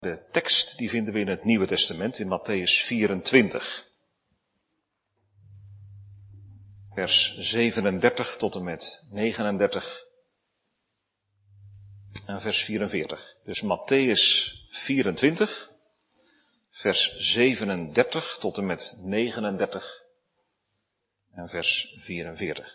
De tekst die vinden we in het Nieuwe Testament in Mattheüs 24. Vers 37 tot en met 39 en vers 44. Dus Mattheüs 24, vers 37 tot en met 39 en vers 44.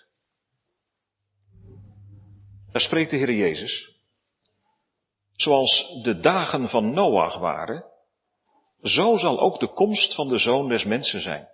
Daar spreekt de Heer Jezus. Zoals de dagen van Noach waren, zo zal ook de komst van de Zoon des Mensen zijn.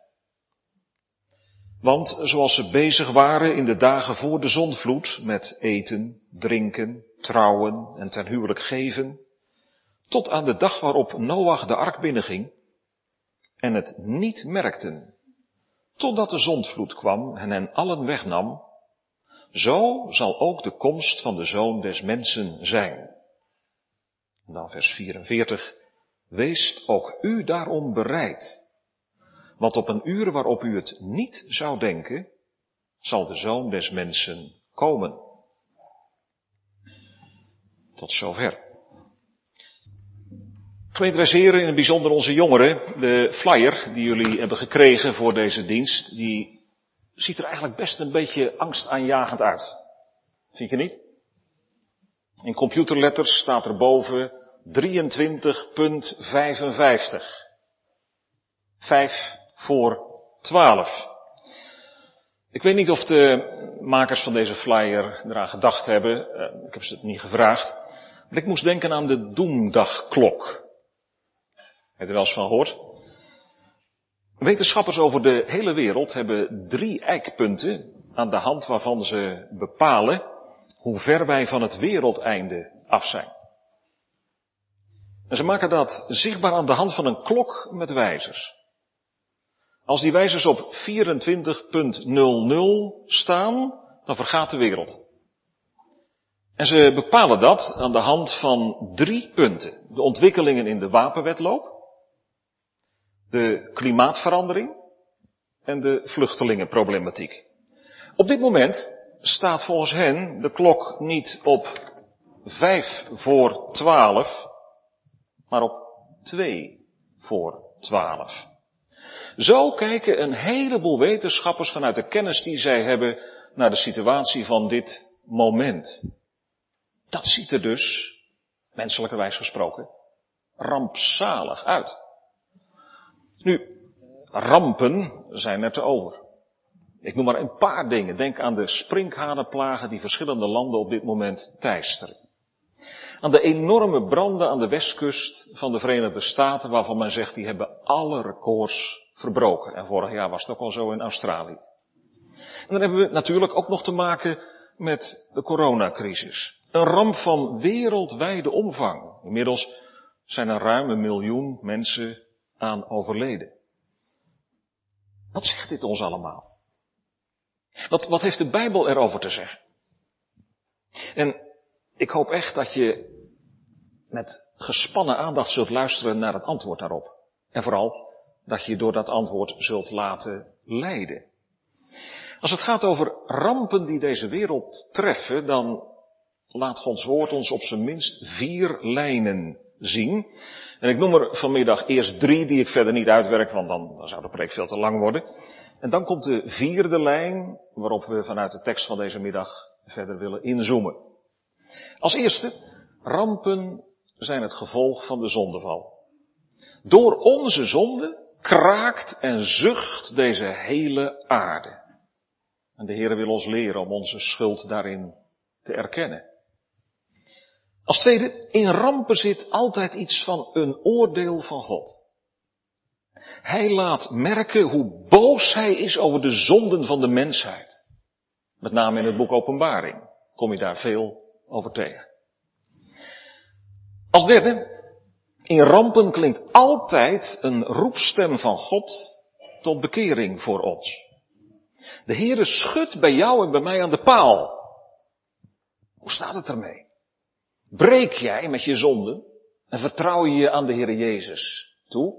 Want zoals ze bezig waren in de dagen voor de zondvloed met eten, drinken, trouwen en ten huwelijk geven, tot aan de dag waarop Noach de ark binnenging en het niet merkten, totdat de zondvloed kwam en hen allen wegnam, zo zal ook de komst van de Zoon des Mensen zijn. En dan vers 44. Weest ook u daarom bereid. Want op een uur waarop u het niet zou denken, zal de Zoon des Mensen komen. Tot zover. Gemeente Heren, in het bijzonder onze jongeren, de flyer die jullie hebben gekregen voor deze dienst, die ziet er eigenlijk best een beetje angstaanjagend uit. Vind je niet? In computerletters staat er boven 23.55. 5 voor 12. Ik weet niet of de makers van deze flyer eraan gedacht hebben. Ik heb ze het niet gevraagd. Maar ik moest denken aan de doemdagklok. Heb je er wel eens van gehoord? Wetenschappers over de hele wereld hebben 3 eikpunten aan de hand waarvan ze bepalen hoe ver wij van het wereldeinde af zijn. En ze maken dat zichtbaar aan de hand van een klok met wijzers. Als die wijzers op 24.00 staan, dan vergaat de wereld. En ze bepalen dat aan de hand van 3 punten. De ontwikkelingen in de wapenwedloop, de klimaatverandering en de vluchtelingenproblematiek. Op dit moment staat volgens hen de klok niet op 5 voor 12, maar op 2 voor 12. Zo kijken een heleboel wetenschappers vanuit de kennis die zij hebben naar de situatie van dit moment. Dat ziet er dus, menselijkerwijs gesproken, rampzalig uit. Nu, rampen zijn er te over. Ik noem maar een paar dingen. Denk aan de sprinkhanenplagen die verschillende landen op dit moment teisteren. Aan de enorme branden aan de westkust van de Verenigde Staten, waarvan men zegt die hebben alle records verbroken. En vorig jaar was het ook al zo in Australië. En dan hebben we natuurlijk ook nog te maken met de coronacrisis. Een ramp van wereldwijde omvang. Inmiddels zijn er ruim 1 miljoen mensen aan overleden. Wat zegt dit ons allemaal? Wat heeft de Bijbel erover te zeggen? En ik hoop echt dat je met gespannen aandacht zult luisteren naar het antwoord daarop. En vooral dat je door dat antwoord zult laten leiden. Als het gaat over rampen die deze wereld treffen, dan laat Gods woord ons op zijn minst 4 lijnen zien. En ik noem er vanmiddag eerst 3 die ik verder niet uitwerk, want dan zou de preek veel te lang worden. En dan komt de 4e lijn waarop we vanuit de tekst van deze middag verder willen inzoomen. Als eerste, rampen zijn het gevolg van de zondeval. Door onze zonde kraakt en zucht deze hele aarde. En de Heer wil ons leren om onze schuld daarin te erkennen. Als tweede, in rampen zit altijd iets van een oordeel van God. Hij laat merken hoe boos hij is over de zonden van de mensheid. Met name in het boek Openbaring kom je daar veel over tegen. Als derde, in rampen klinkt altijd een roepstem van God tot bekering voor ons. De Heere schudt bij jou en bij mij aan de paal. Hoe staat het ermee? Breek jij met je zonden en vertrouw je aan de Heere Jezus toe?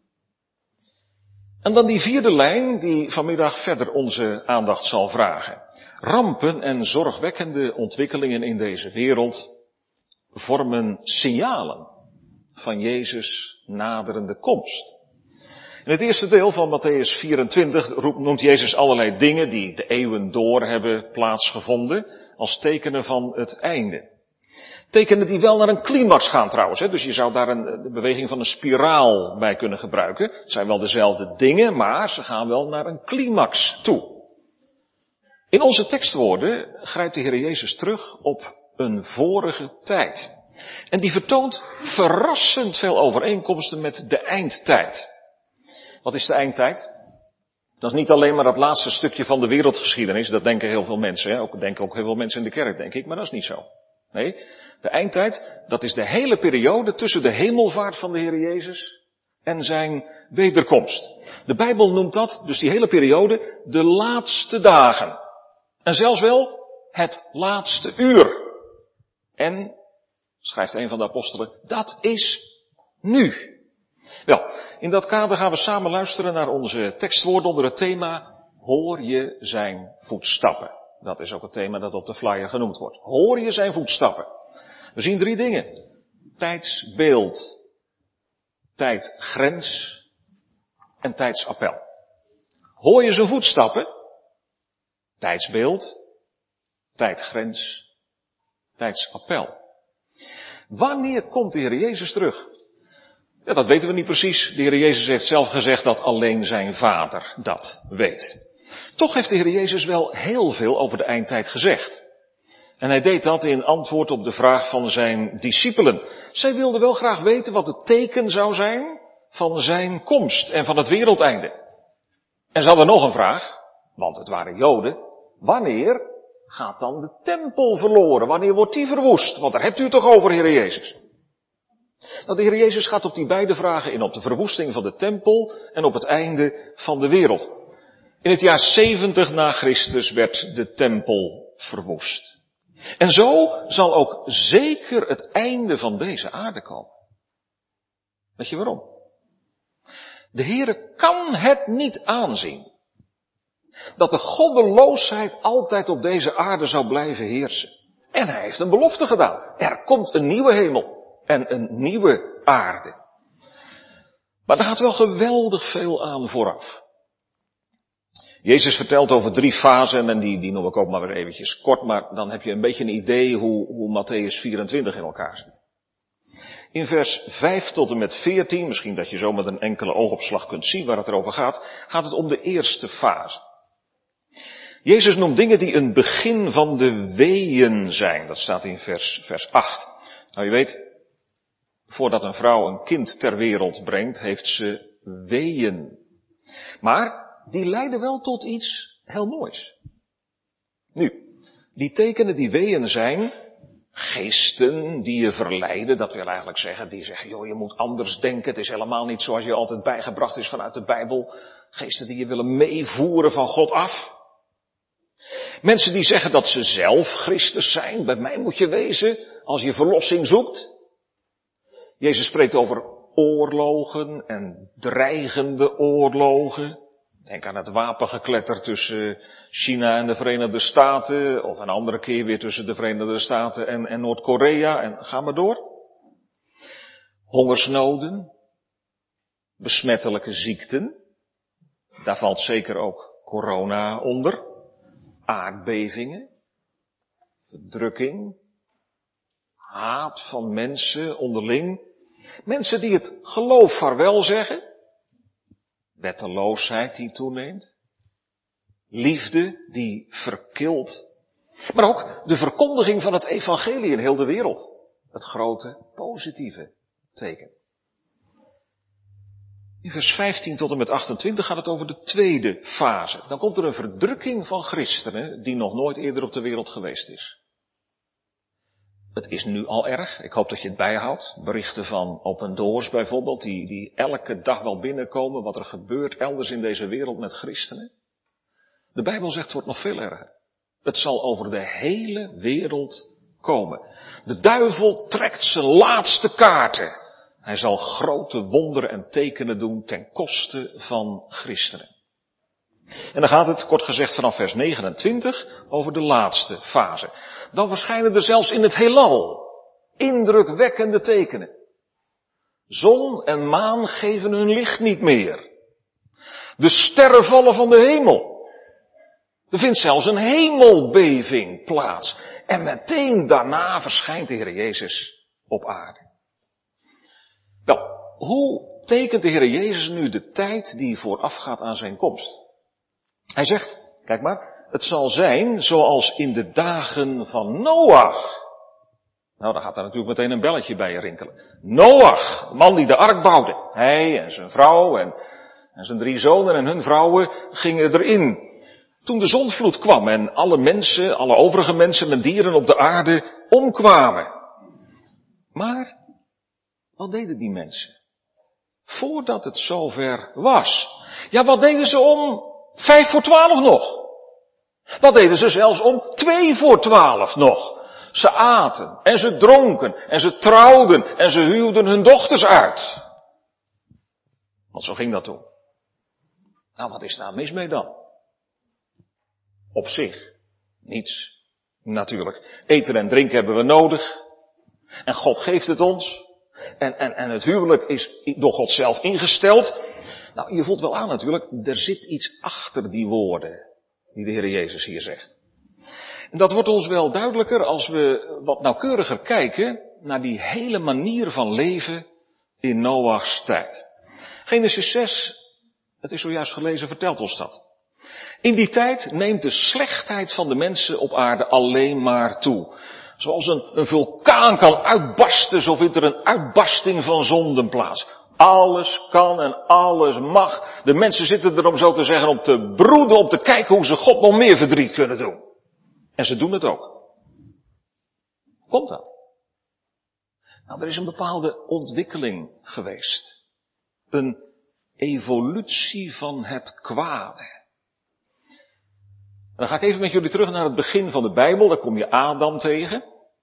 En dan die 4e lijn die vanmiddag verder onze aandacht zal vragen. Rampen en zorgwekkende ontwikkelingen in deze wereld vormen signalen van Jezus' naderende komst. In het eerste deel van Mattheüs 24 noemt Jezus allerlei dingen die de eeuwen door hebben plaatsgevonden als tekenen van het einde. Tekenen die wel naar een climax gaan trouwens. Dus je zou daar de beweging van een spiraal bij kunnen gebruiken. Het zijn wel dezelfde dingen, maar ze gaan wel naar een climax toe. In onze tekstwoorden grijpt de Heer Jezus terug op een vorige tijd. En die vertoont verrassend veel overeenkomsten met de eindtijd. Wat is de eindtijd? Dat is niet alleen maar dat laatste stukje van de wereldgeschiedenis. Dat denken heel veel mensen. Denken ook heel veel mensen in de kerk, denk ik. Maar dat is niet zo. Nee, de eindtijd, dat is de hele periode tussen de hemelvaart van de Heer Jezus en zijn wederkomst. De Bijbel noemt dat, dus die hele periode, de laatste dagen. En zelfs wel het laatste uur. En, schrijft een van de apostelen, dat is nu. Wel, in dat kader gaan we samen luisteren naar onze tekstwoorden onder het thema Hoor je zijn voetstappen. Dat is ook het thema dat op de flyer genoemd wordt. Hoor je zijn voetstappen. We zien 3 dingen. Tijdsbeeld, tijdgrens en tijdsappel. Hoor je zijn voetstappen? Tijdsbeeld, tijdgrens, tijdsappel. Wanneer komt de Heer Jezus terug? Ja, dat weten we niet precies. De Heer Jezus heeft zelf gezegd dat alleen zijn Vader dat weet. Toch heeft de Heer Jezus wel heel veel over de eindtijd gezegd. En hij deed dat in antwoord op de vraag van zijn discipelen. Zij wilden wel graag weten wat het teken zou zijn van zijn komst en van het wereldeinde. En ze hadden nog een vraag, want het waren Joden. Wanneer gaat dan de tempel verloren? Wanneer wordt die verwoest? Want daar hebt u het toch over, Heer Jezus? Nou, de Heer Jezus gaat op die beide vragen in, op de verwoesting van de tempel en op het einde van de wereld. In het jaar 70 na Christus werd de tempel verwoest. En zo zal ook zeker het einde van deze aarde komen. Weet je waarom? De Heere kan het niet aanzien dat de goddeloosheid altijd op deze aarde zou blijven heersen. En hij heeft een belofte gedaan. Er komt een nieuwe hemel en een nieuwe aarde. Maar daar gaat wel geweldig veel aan vooraf. Jezus vertelt over 3 fasen en die noem ik ook maar weer eventjes kort, maar dan heb je een beetje een idee hoe Mattheüs 24 in elkaar zit. In vers 5 tot en met 14, misschien dat je zo met een enkele oogopslag kunt zien waar het erover gaat, gaat het om de eerste fase. Jezus noemt dingen die een begin van de weeën zijn. Dat staat in vers 8. Nou, je weet, voordat een vrouw een kind ter wereld brengt, heeft ze weeën. Maar die leiden wel tot iets heel moois. Nu, die tekenen die weeën zijn, geesten die je verleiden, dat wil eigenlijk zeggen, die zeggen, joh, je moet anders denken, het is helemaal niet zoals je altijd bijgebracht is vanuit de Bijbel. Geesten die je willen meevoeren van God af. Mensen die zeggen dat ze zelf Christus zijn, bij mij moet je wezen als je verlossing zoekt. Jezus spreekt over oorlogen en dreigende oorlogen. Denk aan het wapengekletter tussen China en de Verenigde Staten, of een andere keer weer tussen de Verenigde Staten en Noord-Korea, en ga maar door. Hongersnoden, besmettelijke ziekten, daar valt zeker ook corona onder, aardbevingen, verdrukking, haat van mensen onderling, mensen die het geloof vaarwel zeggen, wetteloosheid die toeneemt, liefde die verkilt, maar ook de verkondiging van het evangelie in heel de wereld. Het grote positieve teken. In vers 15 tot en met 28 gaat het over de tweede fase. Dan komt er een verdrukking van christenen die nog nooit eerder op de wereld geweest is. Het is nu al erg. Ik hoop dat je het bijhoudt. Berichten van Open Doors bijvoorbeeld, die elke dag wel binnenkomen wat er gebeurt elders in deze wereld met christenen. De Bijbel zegt het wordt nog veel erger. Het zal over de hele wereld komen. De duivel trekt zijn laatste kaarten. Hij zal grote wonderen en tekenen doen ten koste van christenen. En dan gaat het, kort gezegd, vanaf vers 29 over de laatste fase. Dan verschijnen er zelfs in het heelal indrukwekkende tekenen. Zon en maan geven hun licht niet meer. De sterren vallen van de hemel. Er vindt zelfs een hemelbeving plaats. En meteen daarna verschijnt de Heer Jezus op aarde. Wel, hoe tekent de Heer Jezus nu de tijd die voorafgaat aan zijn komst? Hij zegt, kijk maar, het zal zijn zoals in de dagen van Noach. Nou, dan gaat daar natuurlijk meteen een belletje bij je rinkelen. Noach, de man die de ark bouwde. Hij en zijn vrouw en zijn 3 zonen en hun vrouwen gingen erin. Toen de zondvloed kwam en alle mensen, alle overige mensen en dieren op de aarde omkwamen. Maar, wat deden die mensen? Voordat het zover was. Ja, wat deden ze om 11:55 nog? Wat deden ze zelfs om 11:02 nog? Ze aten en ze dronken en ze trouwden en ze huwden hun dochters uit. Want zo ging dat toen. Nou, wat is daar mis mee dan? Op zich niets, natuurlijk. Eten en drinken hebben we nodig. En God geeft het ons. En het huwelijk is door God zelf ingesteld. Nou, je voelt wel aan natuurlijk, er zit iets achter die woorden die de Heer Jezus hier zegt. En dat wordt ons wel duidelijker als we wat nauwkeuriger kijken naar die hele manier van leven in Noachs tijd. Genesis 6, het is zojuist gelezen, vertelt ons dat. In die tijd neemt de slechtheid van de mensen op aarde alleen maar toe. Zoals een vulkaan kan uitbarsten, zo vindt er een uitbarsting van zonden plaats. Alles kan en alles mag. De mensen zitten er, om zo te zeggen, om te broeden, om te kijken hoe ze God nog meer verdriet kunnen doen. En ze doen het ook. Hoe komt dat? Nou, er is een bepaalde ontwikkeling geweest. Een evolutie van het kwade. Dan ga ik even met jullie terug naar het begin van de Bijbel. Daar kom je Adam tegen.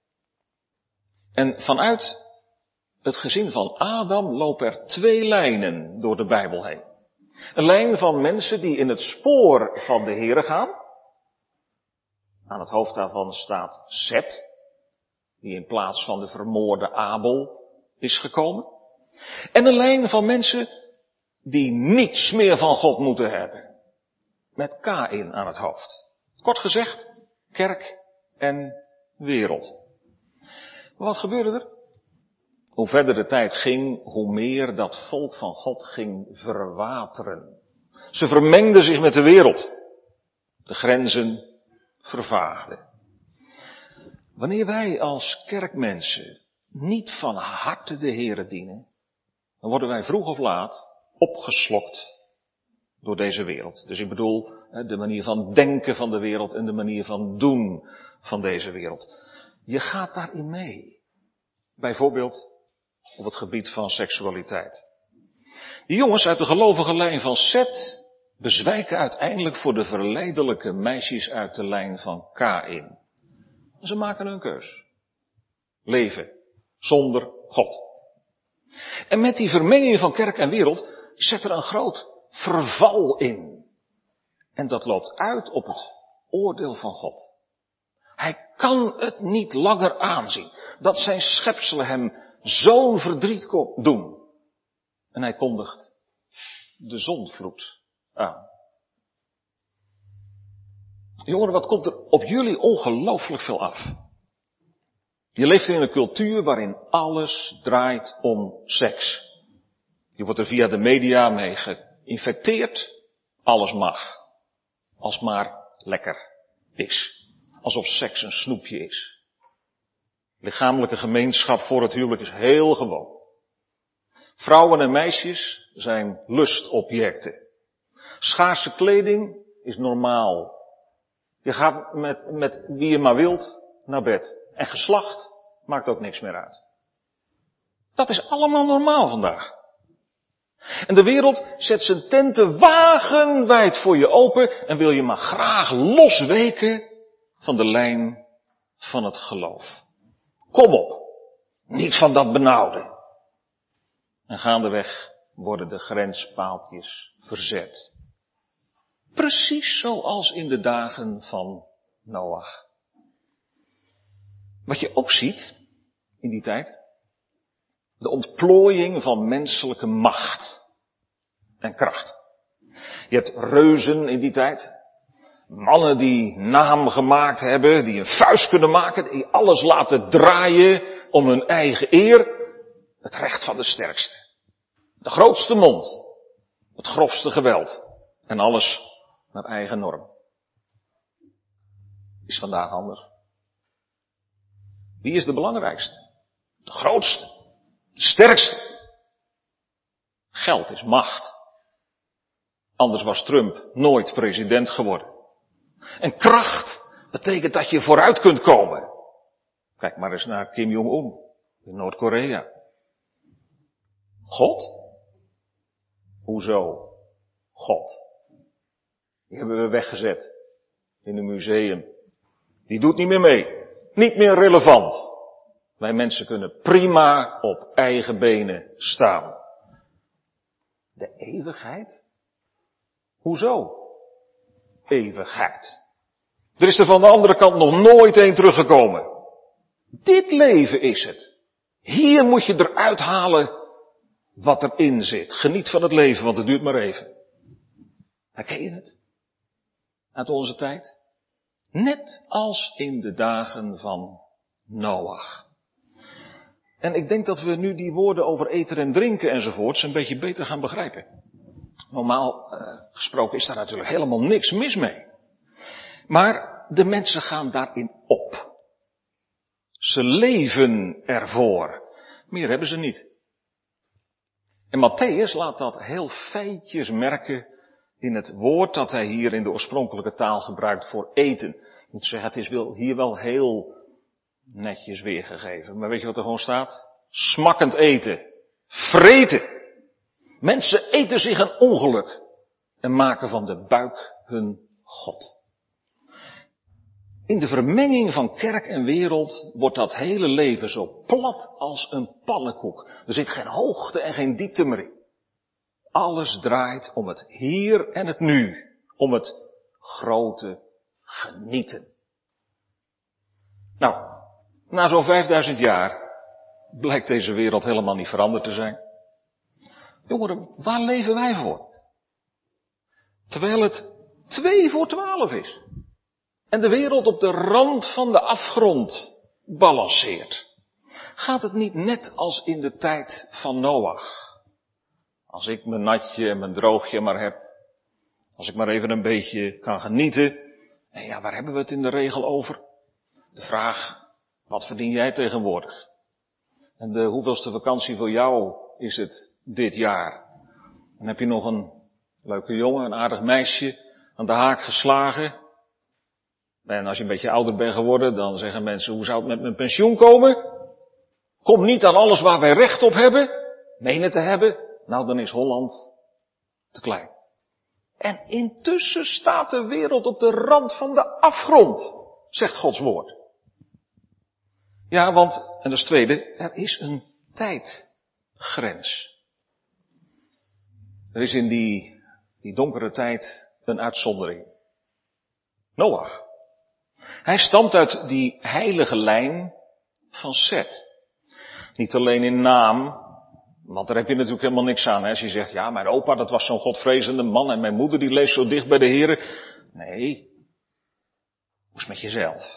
En vanuit het gezin van Adam lopen er 2 lijnen door de Bijbel heen. Een lijn van mensen die in het spoor van de Here gaan. Aan het hoofd daarvan staat Zet, die in plaats van de vermoorde Abel is gekomen. En een lijn van mensen die niets meer van God moeten hebben. Met Kaïn aan het hoofd. Kort gezegd, kerk en wereld. Maar wat gebeurde er? Hoe verder de tijd ging, hoe meer dat volk van God ging verwateren. Ze vermengden zich met de wereld. De grenzen vervaagden. Wanneer wij als kerkmensen niet van harte de Here dienen, dan worden wij vroeg of laat opgeslokt door deze wereld. Dus ik bedoel de manier van denken van de wereld en de manier van doen van deze wereld. Je gaat daarin mee. Bijvoorbeeld op het gebied van seksualiteit. Die jongens uit de gelovige lijn van Zet bezwijken uiteindelijk voor de verleidelijke meisjes uit de lijn van Kaïn. Ze maken hun keus. Leven zonder God. En met die vermenging van kerk en wereld zet er een groot verval in. En dat loopt uit op het oordeel van God. Hij kan het niet langer aanzien dat zijn schepselen hem zo'n verdriet doen. En hij kondigt de zondvloed aan. Jongeren, wat komt er op jullie ongelooflijk veel af? Je leeft in een cultuur waarin alles draait om seks. Je wordt er via de media mee geïnfecteerd. Alles mag. Als maar lekker is. Alsof seks een snoepje is. Lichamelijke gemeenschap voor het huwelijk is heel gewoon. Vrouwen en meisjes zijn lustobjecten. Schaarse kleding is normaal. Je gaat met wie je maar wilt naar bed. En geslacht maakt ook niks meer uit. Dat is allemaal normaal vandaag. En de wereld zet zijn tenten wagenwijd voor je open en wil je maar graag losweken van de lijn van het geloof. Kom op, niet van dat benauwde. En gaandeweg worden de grenspaaltjes verzet. Precies zoals in de dagen van Noach. Wat je ook ziet in die tijd, De ontplooiing van menselijke macht en kracht. Je hebt reuzen in die tijd. Mannen die naam gemaakt hebben, die een vuist kunnen maken, die alles laten draaien om hun eigen eer. Het recht van de sterkste. De grootste mond. Het grofste geweld. En alles naar eigen norm. Is vandaag anders. Wie is de belangrijkste? De grootste. De sterkste. Geld is macht. Anders was Trump nooit president geworden. En kracht betekent dat je vooruit kunt komen. Kijk maar eens naar Kim Jong-un in Noord-Korea. God? Hoezo God? Die hebben we weggezet in een museum. Die doet niet meer mee. Niet meer relevant. Wij mensen kunnen prima op eigen benen staan. De eeuwigheid? Hoezo? Eeuwigheid. Er is er van de andere kant nog nooit een teruggekomen. Dit leven is het. Hier moet je eruit halen wat erin zit. Geniet van het leven, want het duurt maar even. Herken je het? Uit onze tijd? Net als in de dagen van Noach. En ik denk dat we nu die woorden over eten en drinken enzovoorts een beetje beter gaan begrijpen. Normaal gesproken is daar natuurlijk helemaal niks mis mee. Maar de mensen gaan daarin op. Ze leven ervoor. Meer hebben ze niet. En Matthäus laat dat heel feitjes merken in het woord dat hij hier in de oorspronkelijke taal gebruikt voor eten. Ik moet zeggen, het is hier wel heel netjes weergegeven. Maar weet je wat er gewoon staat? Smakkend eten. Vreten. Mensen eten zich een ongeluk en maken van de buik hun God. In de vermenging van kerk en wereld wordt dat hele leven zo plat als een pannenkoek. Er zit geen hoogte en geen diepte meer in. Alles draait om het hier en het nu. Om het grote genieten. Nou, na zo'n 5000 jaar blijkt deze wereld helemaal niet veranderd te zijn. Jongeren, waar leven wij voor? Terwijl het 2:12 is. En de wereld op de rand van de afgrond balanceert. Gaat het niet net als in de tijd van Noach? Als ik mijn natje en mijn droogje maar heb. Als ik maar even een beetje kan genieten. En ja, waar hebben we het in de regel over? De vraag, wat verdien jij tegenwoordig? En de hoeveelste vakantie voor jou is het dit jaar? Dan heb je nog een leuke jongen, een aardig meisje aan de haak geslagen. En als je een beetje ouder bent geworden, dan zeggen mensen, hoe zou het met mijn pensioen komen? Kom niet aan alles waar wij recht op hebben, menen te hebben. Nou, dan is Holland te klein. En intussen staat de wereld op de rand van de afgrond, zegt Gods woord. Ja, want, en dat is het tweede, er is een tijdgrens. Er is in die donkere tijd een uitzondering. Noach. Hij stamt uit die heilige lijn van Seth. Niet alleen in naam, want daar heb je natuurlijk helemaal niks aan. Hè? Als je zegt, ja, mijn opa dat was zo'n godvrezende man en mijn moeder die leeft zo dicht bij de Heere. Nee, hoe is het met jezelf?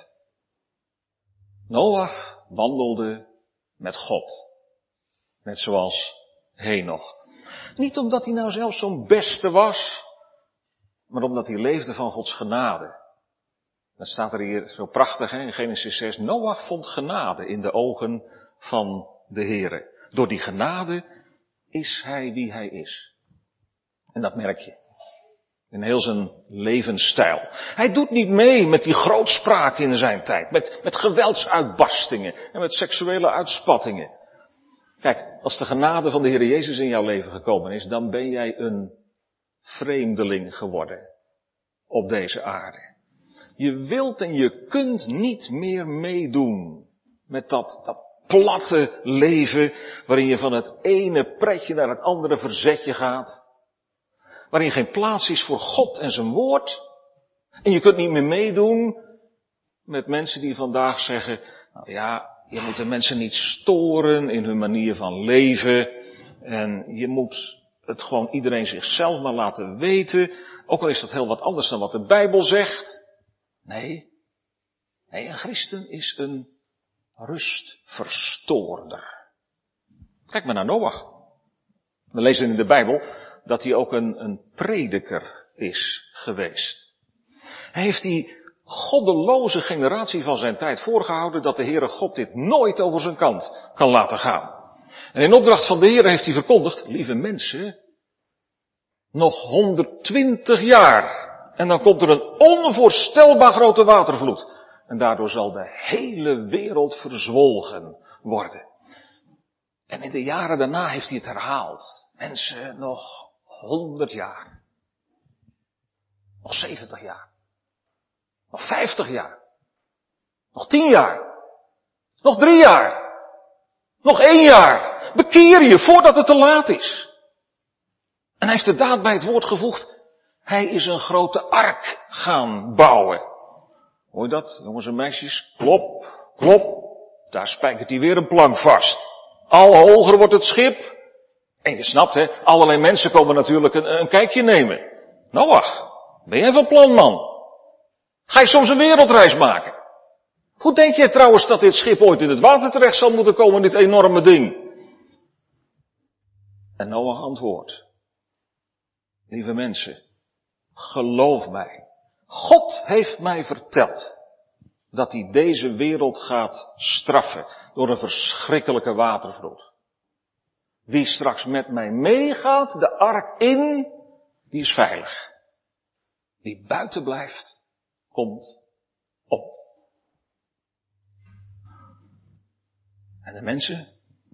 Noach wandelde met God. Net zoals Henoch. Niet omdat hij nou zelf zo'n beste was, maar omdat hij leefde van Gods genade. Dat staat er hier zo prachtig in Genesis 6. Noach vond genade in de ogen van de Heere. Door die genade is hij wie hij is. En dat merk je. In heel zijn levensstijl. Hij doet niet mee met die grootspraak in zijn tijd. Met geweldsuitbarstingen en met seksuele uitspattingen. Kijk, als de genade van de Heer Jezus in jouw leven gekomen is, dan ben jij een vreemdeling geworden op deze aarde. Je wilt en je kunt niet meer meedoen met dat platte leven waarin je van het ene pretje naar het andere verzetje gaat. Waarin geen plaats is voor God en zijn woord. En je kunt niet meer meedoen met mensen die vandaag zeggen, nou ja, je moet de mensen niet storen in hun manier van leven. En je moet het gewoon iedereen zichzelf maar laten weten. Ook al is dat heel wat anders dan wat de Bijbel zegt. Nee, een christen is een rustverstoorder. Kijk maar naar Noach. We lezen in de Bijbel dat hij ook een prediker is geweest. Hij heeft die goddeloze generatie van zijn tijd voorgehouden dat de Heere God dit nooit over zijn kant kan laten gaan. En in opdracht van de Heere heeft hij verkondigd, lieve mensen, nog 120 jaar en dan komt er een onvoorstelbaar grote watervloed. En daardoor zal de hele wereld verzwolgen worden. En in de jaren daarna heeft hij het herhaald. Mensen, nog 100 jaar. Nog 70 jaar. Nog 50 jaar. Nog 10 jaar. Nog 3 jaar. Nog 1 jaar. Bekeer je voordat het te laat is. En hij heeft de daad bij het woord gevoegd. Hij is een grote ark gaan bouwen. Hoor je dat, jongens en meisjes? Klop, klop. Daar spijkert hij weer een plank vast. Al hoger wordt het schip. En je snapt, hè, allerlei mensen komen natuurlijk een kijkje nemen. Noach, ben jij van plan, man? Ga je soms een wereldreis maken? Hoe denk je trouwens dat dit schip ooit in het water terecht zal moeten komen, dit enorme ding? En Noach antwoordt. Lieve mensen, geloof mij. God heeft mij verteld dat hij deze wereld gaat straffen door een verschrikkelijke watervloed. Wie straks met mij meegaat, de ark in, die is veilig. Wie buiten blijft, komt op. En de mensen,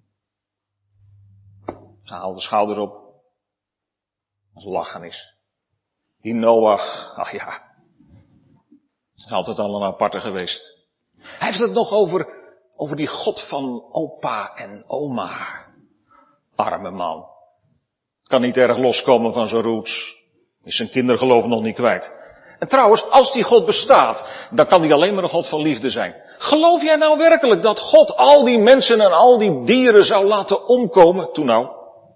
ze haalden de schouders op. Als lachen is. Die Noach, ach ja, is altijd al een aparte geweest. Hij heeft het nog over die God van opa en oma. Arme man. Kan niet erg loskomen van zijn roots. Is zijn kindergeloof nog niet kwijt. En trouwens, als die God bestaat, dan kan die alleen maar een God van liefde zijn. Geloof jij nou werkelijk dat God al die mensen en al die dieren zou laten omkomen? Toen nou.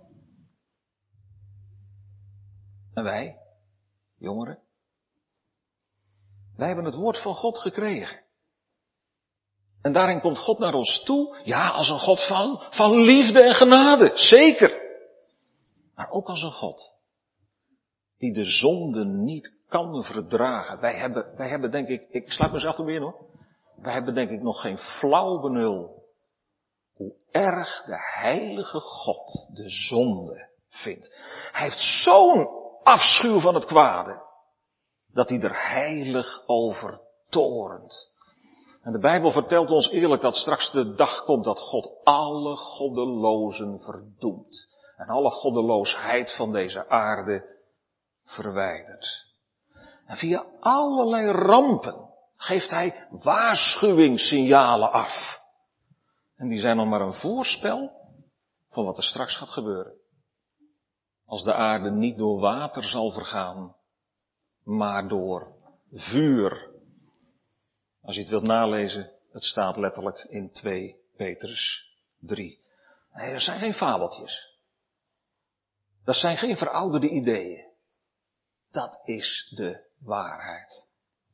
En wij, jongeren, wij hebben het woord van God gekregen. En daarin komt God naar ons toe, ja, als een God van liefde en genade, zeker. Maar ook als een God die de zonde niet kan verdragen. Wij hebben denk ik sluit mezelf er weer in hoor. Wij hebben denk ik nog geen flauw benul hoe erg de heilige God de zonde vindt. Hij heeft zo'n afschuw van het kwade, dat hij er heilig over torent. En de Bijbel vertelt ons eerlijk dat straks de dag komt dat God alle goddelozen verdoemt. En alle goddeloosheid van deze aarde verwijdert. En via allerlei rampen geeft hij waarschuwingssignalen af. En die zijn nog maar een voorspel van wat er straks gaat gebeuren. Als de aarde niet door water zal vergaan, maar door vuur. Als je het wilt nalezen, het staat letterlijk in 2 Petrus 3. Nee, er zijn geen fabeltjes. Dat zijn geen verouderde ideeën. Dat is de waarheid.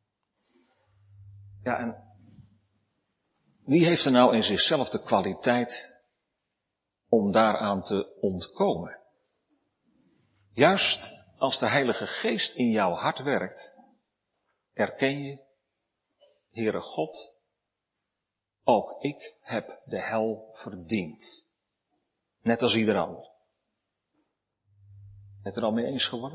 Ja, en wie heeft er nou in zichzelf de kwaliteit om daaraan te ontkomen? Juist als de Heilige Geest in jouw hart werkt, erken je, Heere God, ook ik heb de hel verdiend. Net als ieder ander. Ben je het er al mee eens geworden?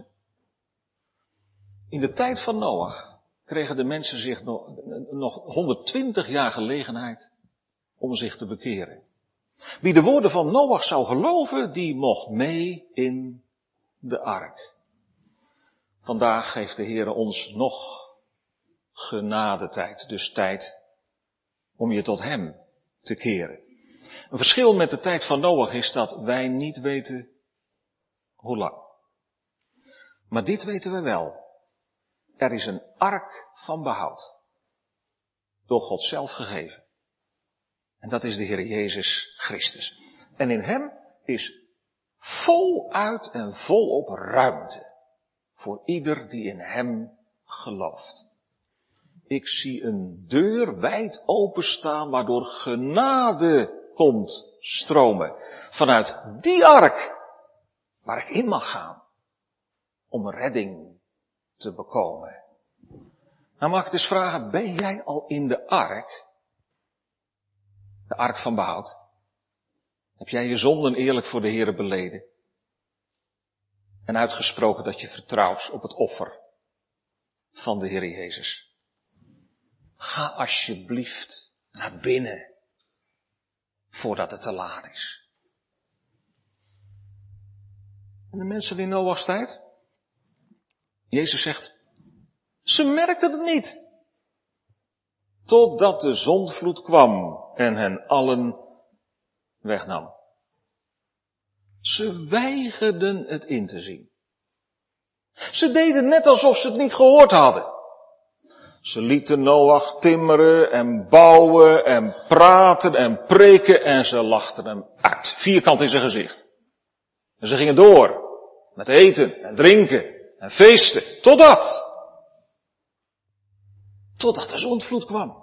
In de tijd van Noach kregen de mensen zich nog 120 jaar gelegenheid om zich te bekeren. Wie de woorden van Noach zou geloven, die mocht mee in de ark. Vandaag geeft de Heere ons nog genadetijd, dus tijd om je tot Hem te keren. Een verschil met de tijd van Noach is dat wij niet weten hoe lang. Maar dit weten we wel. Er is een ark van behoud. Door God zelf gegeven. En dat is de Heer Jezus Christus. En in hem is voluit en volop ruimte voor ieder die in hem gelooft. Ik zie een deur wijd openstaan waardoor genade komt stromen. Vanuit die ark waar ik in mag gaan om redding te bekomen. Nou mag ik dus vragen, ben jij al in de ark? De ark van behoud. Heb jij je zonden eerlijk voor de Heere beleden? En uitgesproken dat je vertrouwt op het offer van de Heer Jezus. Ga alsjeblieft naar binnen, voordat het te laat is. En de mensen in Noachs tijd? Jezus zegt, ze merkten het niet. Totdat de zondvloed kwam en hen allen wegnam. Ze weigerden het in te zien. Ze deden net alsof ze het niet gehoord hadden. Ze lieten Noach timmeren en bouwen en praten en preken en ze lachten hem uit. Vierkant in zijn gezicht. En ze gingen door met eten en drinken en feesten. Totdat de zondvloed kwam.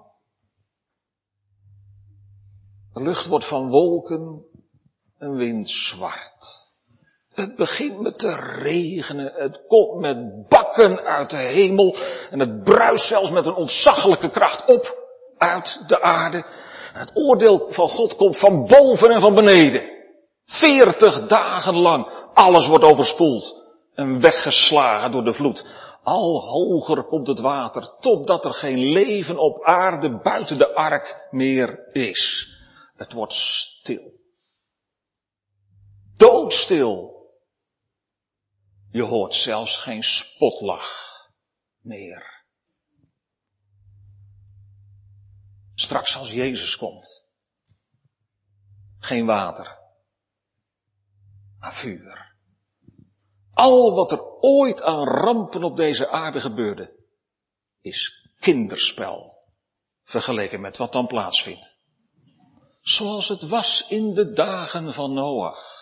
De lucht wordt van wolken en wind zwart. Het begint met te regenen, het komt met bakken uit de hemel en het bruist zelfs met een ontzaglijke kracht op uit de aarde. En het oordeel van God komt van boven en van beneden. 40 dagen lang, alles wordt overspoeld en weggeslagen door de vloed. Al hoger komt het water, totdat er geen leven op aarde buiten de ark meer is. Het wordt stil. Doodstil. Je hoort zelfs geen spotlach meer. Straks als Jezus komt. Geen water. Maar vuur. Al wat er ooit aan rampen op deze aarde gebeurde, is kinderspel. Vergeleken met wat dan plaatsvindt. Zoals het was in de dagen van Noach.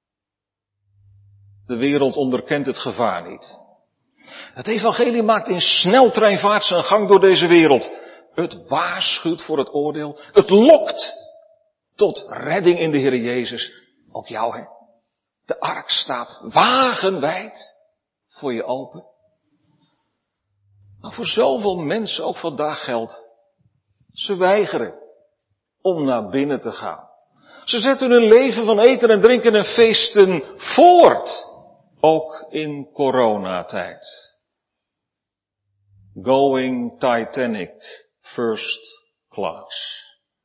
De wereld onderkent het gevaar niet. Het evangelie maakt in sneltreinvaart zijn gang door deze wereld. Het waarschuwt voor het oordeel. Het lokt tot redding in de Heer Jezus. Ook jou, hè? De ark staat wagenwijd voor je open. Maar voor zoveel mensen ook vandaag geldt. Ze weigeren om naar binnen te gaan. Ze zetten hun leven van eten en drinken en feesten voort. Ook in coronatijd. Going Titanic, first class.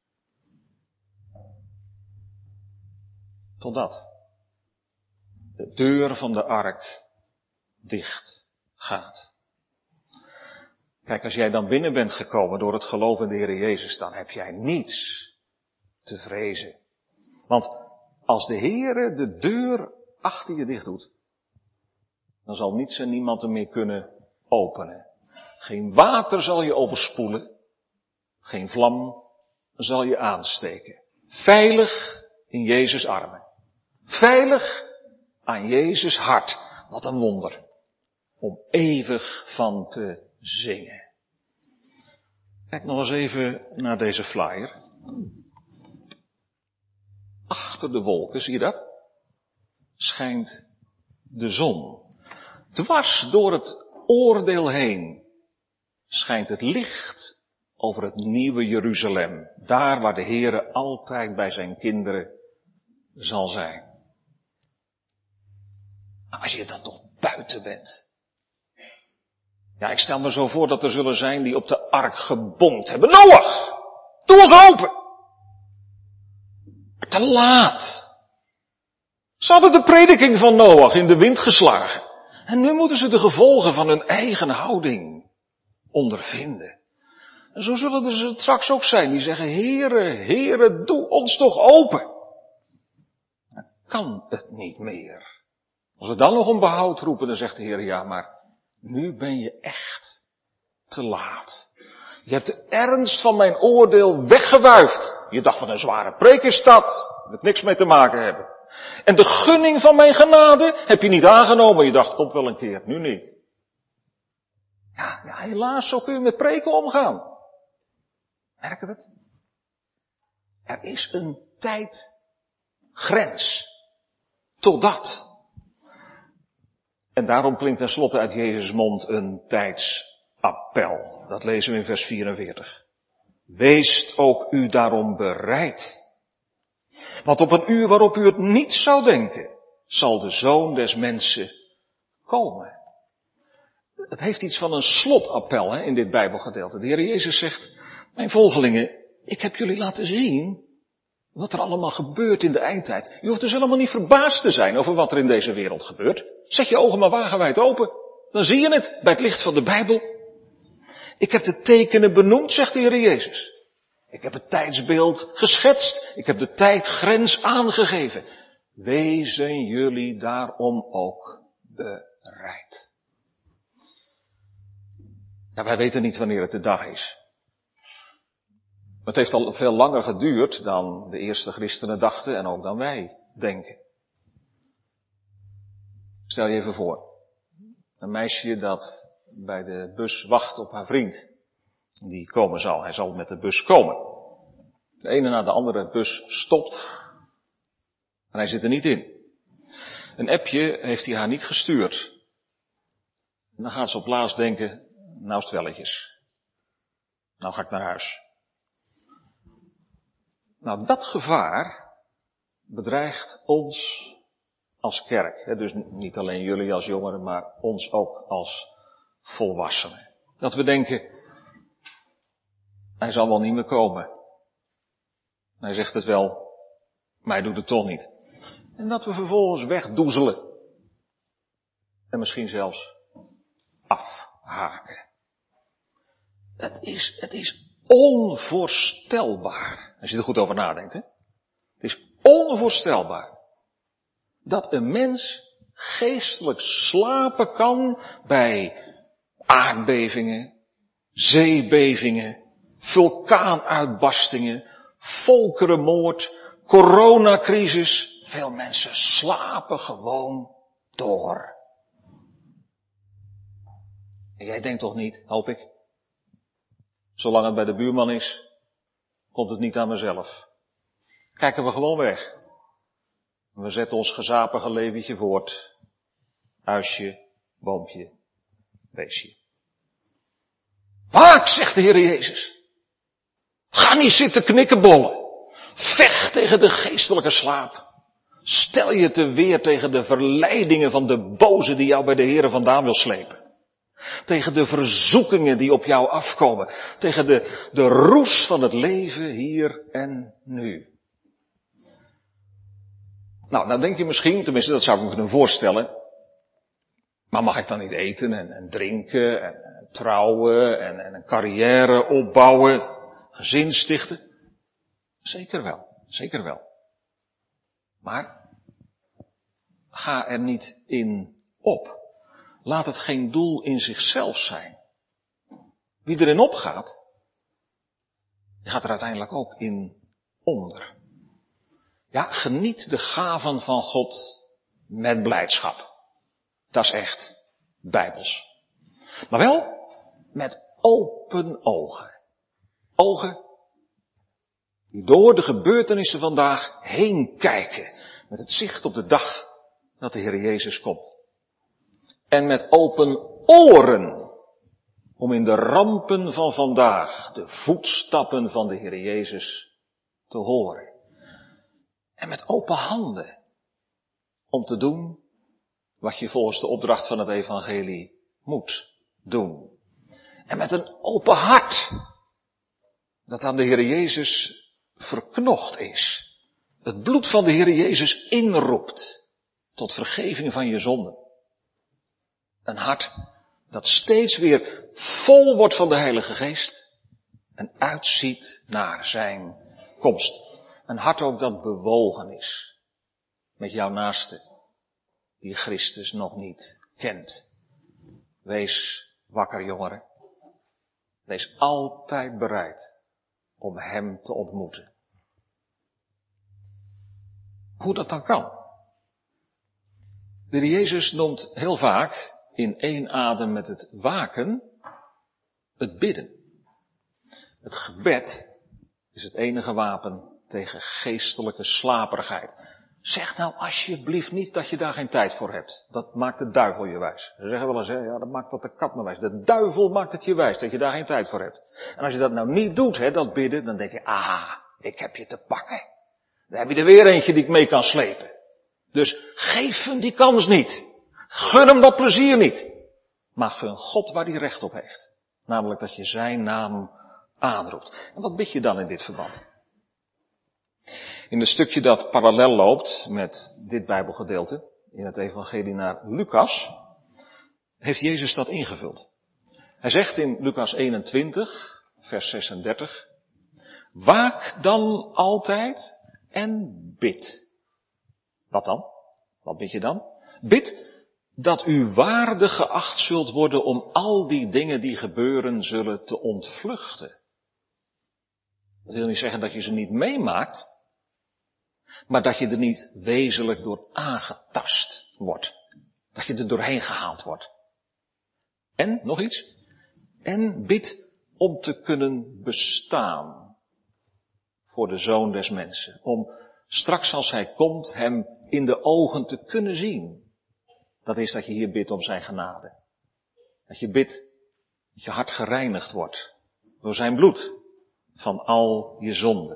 Totdat de deur van de ark dicht gaat. Kijk, als jij dan binnen bent gekomen door het geloof in de Heer Jezus, dan heb jij niets te vrezen. Want als de Heere de deur achter je dicht doet, dan zal niets en niemand er meer kunnen openen. Geen water zal je overspoelen. Geen vlam zal je aansteken. Veilig in Jezus' armen. Veilig aan Jezus' hart. Wat een wonder. Om eeuwig van te zingen. Kijk nog eens even naar deze flyer. Achter de wolken, zie je dat? Schijnt de zon. Dwars door het oordeel heen schijnt het licht over het nieuwe Jeruzalem. Daar waar de Heere altijd bij zijn kinderen zal zijn. Maar als je dan toch buiten bent. Ja, ik stel me zo voor dat er zullen zijn die op de ark gebonkt hebben. Noach! Doe ons open! Te laat. Ze hadden de prediking van Noach in de wind geslagen. En nu moeten ze de gevolgen van hun eigen houding ondervinden. En zo zullen er ze straks ook zijn die zeggen, Heere, Heere, doe ons toch open. Dan kan het niet meer. Als we dan nog om behoud roepen, dan zegt de Heer, ja, maar nu ben je echt te laat. Je hebt de ernst van mijn oordeel weggewuifd. Je dacht van een zware preek is dat. Met niks mee te maken hebben. En de gunning van mijn genade heb je niet aangenomen. Je dacht, komt wel een keer, nu niet. Ja, helaas, zo kun je met preken omgaan. Merken we het? Er is een tijdgrens. Totdat. En daarom klinkt tenslotte uit Jezus' mond een tijdsappel. Dat lezen we in vers 44. Weest ook u daarom bereid. Want op een uur waarop u het niet zou denken, zal de Zoon des Mensen komen. Het heeft iets van een slotappel in dit Bijbelgedeelte. De Heer Jezus zegt, mijn volgelingen, ik heb jullie laten zien wat er allemaal gebeurt in de eindtijd. Je hoeft dus helemaal niet verbaasd te zijn over wat er in deze wereld gebeurt. Zet je ogen maar wagenwijd open. Dan zie je het bij het licht van de Bijbel. Ik heb de tekenen benoemd, zegt de Heer Jezus. Ik heb het tijdsbeeld geschetst. Ik heb de tijdgrens aangegeven. Wezen jullie daarom ook bereid. Ja, wij weten niet wanneer het de dag is. Het heeft al veel langer geduurd dan de eerste christenen dachten en ook dan wij denken. Stel je even voor. Een meisje dat bij de bus wacht op haar vriend. Die komen zal. Hij zal met de bus komen. De ene na de andere bus stopt. En hij zit er niet in. Een appje heeft hij haar niet gestuurd. En dan gaat ze op laatst denken, nou is het welletjes. Nou ga ik naar huis. Nou, dat gevaar bedreigt ons als kerk. Dus niet alleen jullie als jongeren, maar ons ook als volwassenen. Dat we denken, hij zal wel niet meer komen. Hij zegt het wel, maar hij doet het toch niet. En dat we vervolgens wegdoezelen. En misschien zelfs afhaken. Het is onvoorstelbaar. Als je er goed over nadenkt, hè. Het is onvoorstelbaar. Dat een mens geestelijk slapen kan bij aardbevingen, zeebevingen, vulkaanuitbarstingen, volkerenmoord, coronacrisis. Veel mensen slapen gewoon door. En jij denkt toch niet, hoop ik, zolang het bij de buurman is, komt het niet aan mezelf. Kijken we gewoon weg. We zetten ons gezapige leventje voort. Huisje, boompje, beestje. Waak, zegt de Heer Jezus. Ga niet zitten knikkenbollen. Vecht tegen de geestelijke slaap. Stel je te weer tegen de verleidingen van de boze die jou bij de Heer vandaan wil slepen. Tegen de verzoekingen die op jou afkomen. Tegen de roes van het leven hier en nu. Nou denk je misschien, tenminste dat zou ik me kunnen voorstellen. Maar mag ik dan niet eten en drinken en trouwen en een carrière opbouwen, gezin stichten? Zeker wel, zeker wel. Maar ga er niet in op. Laat het geen doel in zichzelf zijn. Wie erin opgaat, die gaat er uiteindelijk ook in onder. Ja, geniet de gaven van God met blijdschap. Dat is echt bijbels. Maar wel met open ogen. Ogen die door de gebeurtenissen vandaag heen kijken. Met het zicht op de dag dat de Heer Jezus komt. En met open oren. Om in de rampen van vandaag de voetstappen van de Heer Jezus te horen. En met open handen. Om te doen wat je volgens de opdracht van het evangelie moet doen. En met een open hart. Dat aan de Heer Jezus verknocht is. Het bloed van de Heer Jezus inroept. Tot vergeving van je zonden. Een hart dat steeds weer vol wordt van de Heilige Geest. En uitziet naar zijn komst. Een hart ook dat bewogen is. Met jouw naaste. Die Christus nog niet kent. Wees wakker, jongeren. Wees altijd bereid om hem te ontmoeten. Hoe dat dan kan? De Heer Jezus noemt heel vaak in één adem met het waken het bidden. Het gebed is het enige wapen tegen geestelijke slaperigheid. Zeg nou alsjeblieft niet dat je daar geen tijd voor hebt. Dat maakt de duivel je wijs. Ze zeggen wel eens, ja, dat maakt dat de kat me wijs. De duivel maakt het je wijs dat je daar geen tijd voor hebt. En als je dat nou niet doet, dat bidden, dan denk je, ik heb je te pakken. Dan heb je er weer eentje die ik mee kan slepen. Dus geef hem die kans niet. Gun hem dat plezier niet. Maar gun God waar hij recht op heeft. Namelijk dat je zijn naam aanroept. En wat bid je dan in dit verband? In een stukje dat parallel loopt met dit Bijbelgedeelte, in het evangelie naar Lucas, heeft Jezus dat ingevuld. Hij zegt in Lucas 21, vers 36, waak dan altijd en bid. Wat dan? Wat bid je dan? Bid dat u waardig geacht zult worden om al die dingen die gebeuren zullen te ontvluchten. Dat wil niet zeggen dat je ze niet meemaakt, maar dat je er niet wezenlijk door aangetast wordt. Dat je er doorheen gehaald wordt. En, nog iets. En bid om te kunnen bestaan voor de Zoon des Mensen. Om straks als Hij komt hem in de ogen te kunnen zien. Dat is dat je hier bidt om zijn genade. Dat je bidt dat je hart gereinigd wordt door zijn bloed van al je zonden.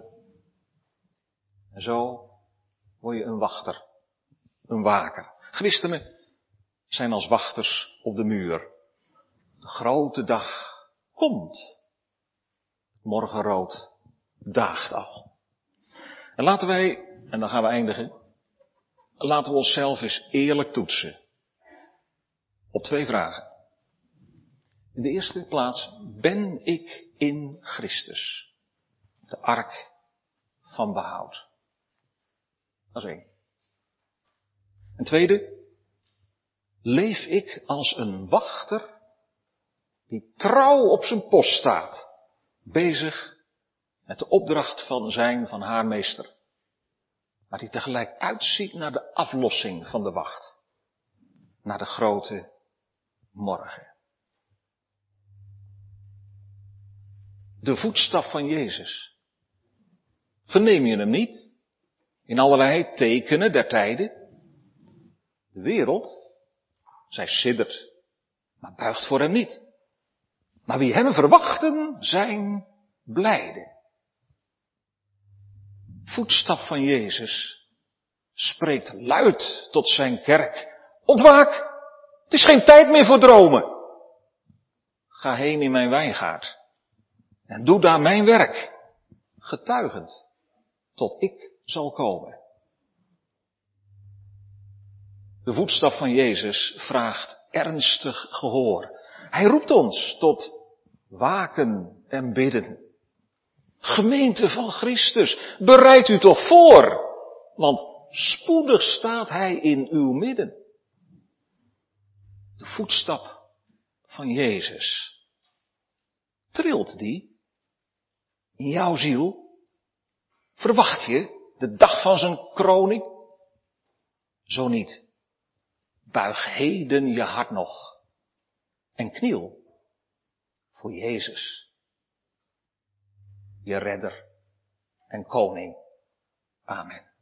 En zo word je een wachter, een waker. Christenen zijn als wachters op de muur. De grote dag komt. Morgenrood daagt al. En laten wij, en dan gaan we eindigen, laten we onszelf eens eerlijk toetsen. Op 2 vragen. In de eerste plaats, ben ik in Christus? De ark van behoud. Dat is 1. En tweede, leef ik als een wachter die trouw op zijn post staat, bezig met de opdracht van haar meester, maar die tegelijk uitziet naar de aflossing van de wacht, naar de grote morgen. De voetstap van Jezus. Verneem je hem niet? In allerlei tekenen der tijden. De wereld, zij siddert, maar buigt voor hem niet. Maar wie hem verwachten, zijn blijde. Voetstap van Jezus spreekt luid tot zijn kerk. Ontwaak, het is geen tijd meer voor dromen. Ga heen in mijn wijngaard en doe daar mijn werk, getuigend tot ik zal komen. De voetstap van Jezus vraagt ernstig gehoor. Hij roept ons tot waken en bidden. Gemeente van Christus, bereid u toch voor, want spoedig staat Hij in uw midden. De voetstap van Jezus. Trilt die in jouw ziel? Verwacht je de dag van zijn kroning? Zo niet. Buig heden je hart nog en kniel voor Jezus, je redder en koning. Amen.